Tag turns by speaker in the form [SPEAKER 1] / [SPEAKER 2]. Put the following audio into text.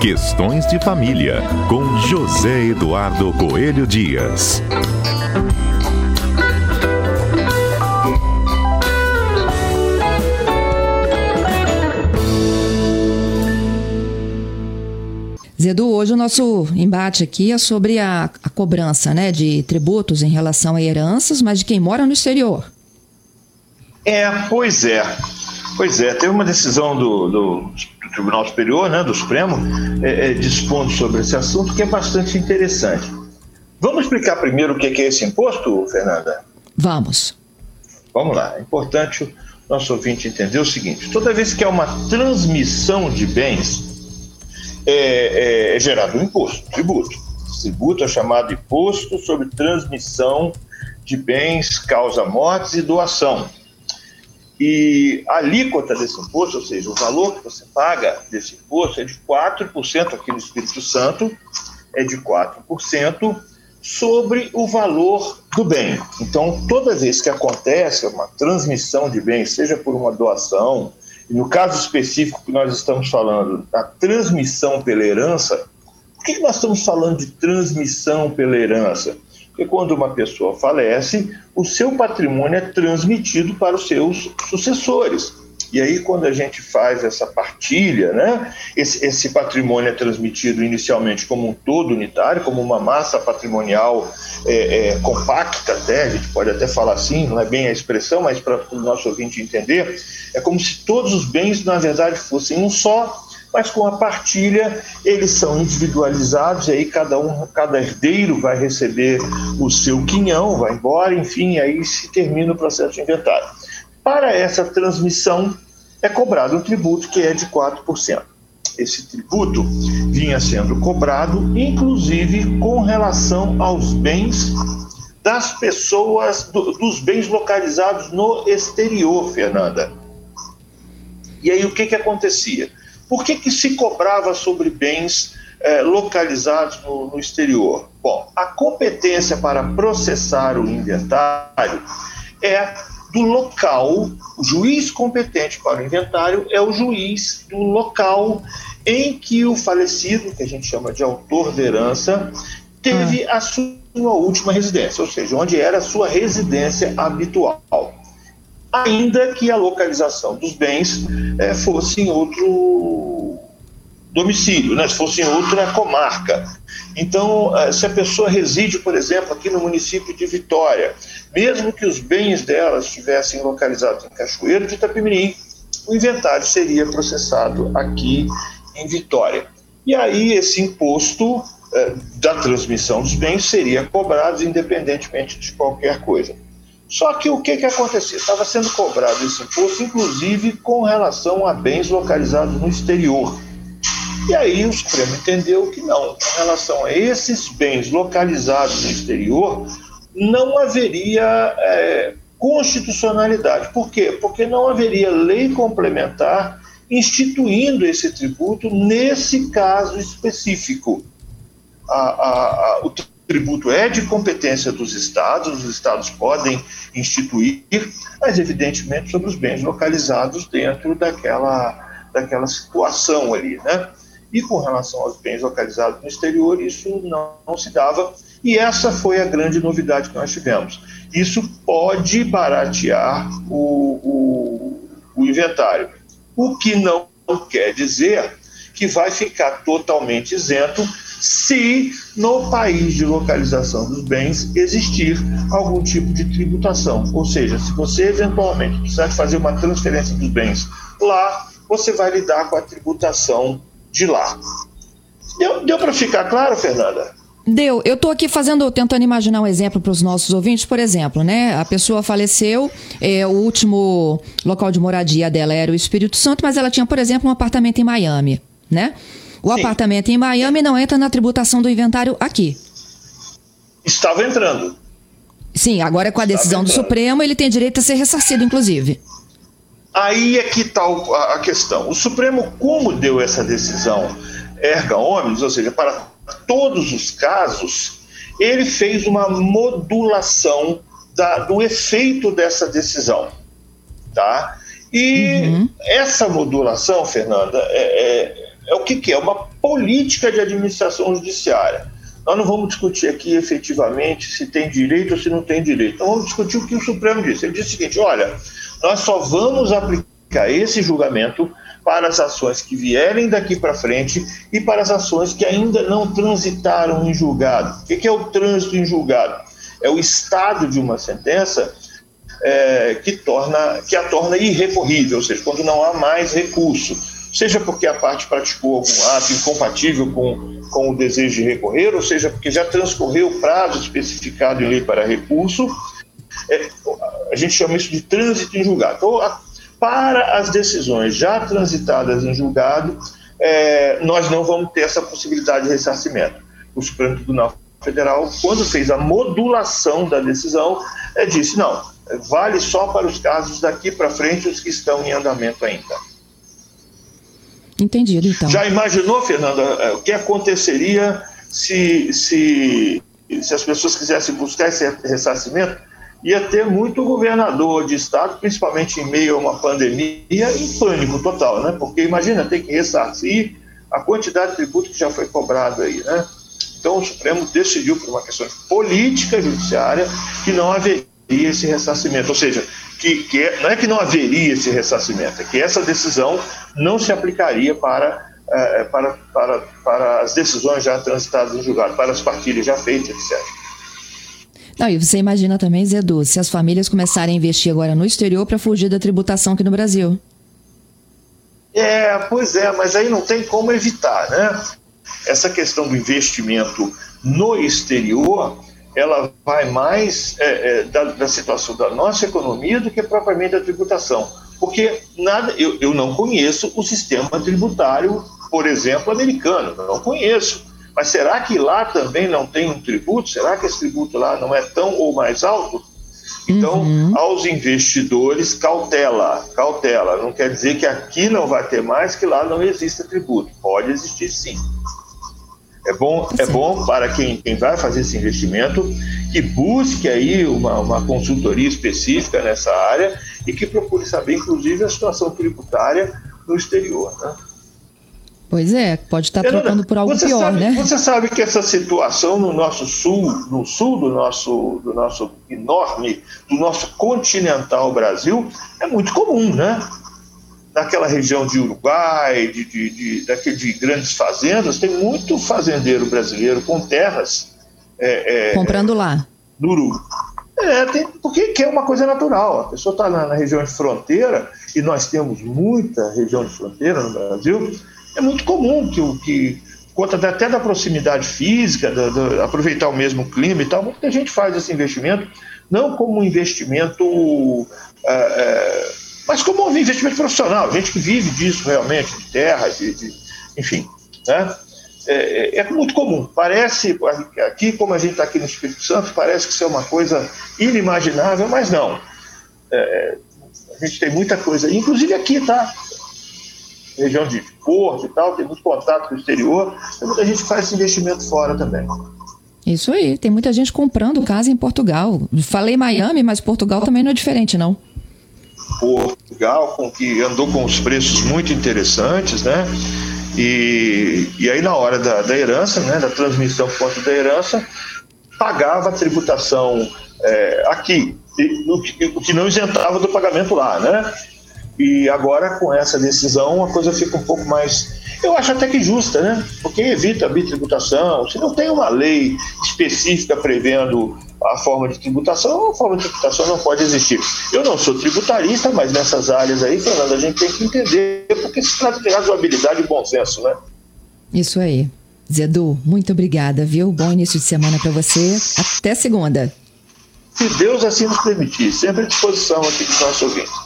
[SPEAKER 1] Questões de Família, com José Eduardo Coelho Dias.
[SPEAKER 2] Zedu, hoje o nosso embate aqui é sobre a cobrança, né, de tributos em relação a heranças, mas de quem mora no exterior.
[SPEAKER 3] Pois é, teve uma decisão do Tribunal Superior, né, do Supremo, dispondo sobre esse assunto, que é bastante interessante. Vamos explicar primeiro o que é esse imposto, Fernanda?
[SPEAKER 2] Vamos
[SPEAKER 3] lá, é importante o nosso ouvinte entender o seguinte: toda vez que é uma transmissão de bens, é gerado um imposto, tributo. Tributo é chamado imposto sobre transmissão de bens, causa-mortes e doação. E a alíquota desse imposto, ou seja, o valor que você paga desse imposto é de 4%, aqui no Espírito Santo, é de 4% sobre o valor do bem. Então, toda vez que acontece uma transmissão de bens, seja por uma doação, e no caso específico que nós estamos falando, a transmissão pela herança, por que nós estamos falando de transmissão pela herança? Porque quando uma pessoa falece, o seu patrimônio é transmitido para os seus sucessores. E aí, quando a gente faz essa partilha, né, esse patrimônio é transmitido inicialmente como um todo unitário, como uma massa patrimonial compacta até, a gente pode até falar assim, não é bem a expressão, mas para o nosso ouvinte entender, é como se todos os bens, na verdade, fossem um só, mas com a partilha eles são individualizados, e aí cada herdeiro vai receber o seu quinhão, vai embora, enfim, aí se termina o processo de inventário. Para essa transmissão é cobrado um tributo que é de 4%. Esse tributo vinha sendo cobrado, inclusive, com relação aos bens das pessoas, dos bens localizados no exterior, Fernanda. E aí o que acontecia? Por que se cobrava sobre bens localizados no exterior? Bom, a competência para processar o inventário é do local. O juiz competente para o inventário é o juiz do local em que o falecido, que a gente chama de autor da herança, teve a sua última residência, ou seja, onde era a sua residência habitual. Ainda que a localização dos bens fosse em outro domicílio, né? Se fosse em outra comarca. Então, se a pessoa reside, por exemplo, aqui no município de Vitória, mesmo que os bens dela estivessem localizados em Cachoeiro de Itapemirim, o inventário seria processado aqui em Vitória. E aí esse imposto da transmissão dos bens seria cobrado independentemente de qualquer coisa. Só que o que acontecia? Estava sendo cobrado esse imposto, inclusive com relação a bens localizados no exterior. E aí o Supremo entendeu que não, com relação a esses bens localizados no exterior, não haveria constitucionalidade. Por quê? Porque não haveria lei complementar instituindo esse tributo nesse caso específico. O tributo é de competência dos estados, os estados podem instituir, mas evidentemente sobre os bens localizados dentro daquela situação ali, né? E com relação aos bens localizados no exterior, isso não se dava, e essa foi a grande novidade que nós tivemos. Isso pode baratear o inventário, o que não quer dizer que vai ficar totalmente isento se no país de localização dos bens existir algum tipo de tributação. Ou seja, se você eventualmente precisar de fazer uma transferência dos bens lá, você vai lidar com a tributação de lá. Deu para ficar claro, Fernanda?
[SPEAKER 2] Deu. Eu estou aqui tentando imaginar um exemplo para os nossos ouvintes. Por exemplo, né? A pessoa faleceu, o último local de moradia dela era o Espírito Santo, mas ela tinha, por exemplo, um apartamento em Miami, né? O
[SPEAKER 3] Sim.
[SPEAKER 2] Apartamento em Miami não entra na tributação do inventário aqui.
[SPEAKER 3] Estava entrando.
[SPEAKER 2] Sim, agora com a decisão do Supremo, ele tem direito a ser ressarcido, inclusive.
[SPEAKER 3] Aí é que está a questão. O Supremo, como deu essa decisão erga omnes, ou seja, para todos os casos, ele fez uma modulação do efeito dessa decisão, tá? E essa modulação, Fernanda, é o que é? Uma política de administração judiciária. Nós não vamos discutir aqui efetivamente se tem direito ou se não tem direito. Nós vamos discutir o que o Supremo disse. Ele disse o seguinte: olha, nós só vamos aplicar esse julgamento para as ações que vierem daqui para frente e para as ações que ainda não transitaram em julgado. O que é o trânsito em julgado? É o estado de uma sentença que a torna irrecorrível, ou seja, quando não há mais recurso, seja porque a parte praticou algum ato incompatível com o desejo de recorrer, ou seja porque já transcorreu o prazo especificado em lei para recurso. A gente chama isso de trânsito em julgado. Então, para as decisões já transitadas em julgado, nós não vamos ter essa possibilidade de ressarcimento. O Supremo Tribunal Federal, quando fez a modulação da decisão, disse: não, vale só para os casos daqui para frente, os que estão em andamento ainda.
[SPEAKER 2] Entendido, então.
[SPEAKER 3] Já imaginou, Fernanda, o que aconteceria se as pessoas quisessem buscar esse ressarcimento? Ia ter muito governador de estado, principalmente em meio a uma pandemia, em pânico total, né? Porque imagina, tem que ressarcir a quantidade de tributo que já foi cobrado aí, né? Então o Supremo decidiu, por uma questão de política judiciária, que não haveria esse ressarcimento, ou seja, não é que não haveria esse ressarcimento, é que essa decisão não se aplicaria para as decisões já transitadas em julgado, para as partilhas já feitas, etc.
[SPEAKER 2] Não, e você imagina também, Zedu, se as famílias começarem a investir agora no exterior para fugir da tributação aqui no Brasil.
[SPEAKER 3] Pois é, mas aí não tem como evitar, né? Essa questão do investimento no exterior, ela vai mais da situação da nossa economia do que propriamente da tributação. Porque eu não conheço o sistema tributário, por exemplo, americano, não conheço. Mas será que lá também não tem um tributo? Será que esse tributo lá não é tão ou mais alto? Então, aos investidores, cautela. Não quer dizer que aqui não vai ter mais, que lá não exista tributo. Pode existir, sim. É bom para quem vai fazer esse investimento que busque aí uma consultoria específica nessa área e que procure saber, inclusive, a situação tributária no exterior, né?
[SPEAKER 2] Pois é, pode estar trocando por algo pior, né?
[SPEAKER 3] Você sabe que essa situação no sul do nosso enorme, do nosso continental Brasil, é muito comum, né? Naquela região de Uruguai, de grandes fazendas, tem muito fazendeiro brasileiro com terras...
[SPEAKER 2] comprando lá.
[SPEAKER 3] No Uruguai. Porque é uma coisa natural. A pessoa está na região de fronteira, e nós temos muita região de fronteira no Brasil. É muito comum que conta até da proximidade física, aproveitar o mesmo clima e tal, muita gente faz esse investimento, não como um investimento, mas como um investimento profissional, gente que vive disso realmente, de terra, enfim, né? É muito comum. Parece, aqui como a gente está aqui no Espírito Santo, parece que isso é uma coisa inimaginável, mas não. A gente tem muita coisa, inclusive aqui, tá? Região de Porto e tal, tem muito contato com o exterior, tem muita gente que faz esse investimento fora também.
[SPEAKER 2] Isso aí, tem muita gente comprando casa em Portugal. Falei Miami, mas Portugal também não é diferente, não.
[SPEAKER 3] Portugal, que andou com os preços muito interessantes, né? E aí na hora da herança, né, da transmissão por conta da herança, pagava a tributação aqui, o que não isentava do pagamento lá, né? E agora, com essa decisão, a coisa fica um pouco mais, eu acho até que justa, né? Porque evita a bitributação. Se não tem uma lei específica prevendo a forma de tributação, a forma de tributação não pode existir. Eu não sou tributarista, mas nessas áreas aí, Fernando, a gente tem que entender, porque se trata de razoabilidade e bom senso, né?
[SPEAKER 2] Isso aí. Zedu, muito obrigada, viu? Bom início de semana para você. Até segunda.
[SPEAKER 3] Se Deus assim nos permitir, sempre à disposição aqui dos nossos ouvintes.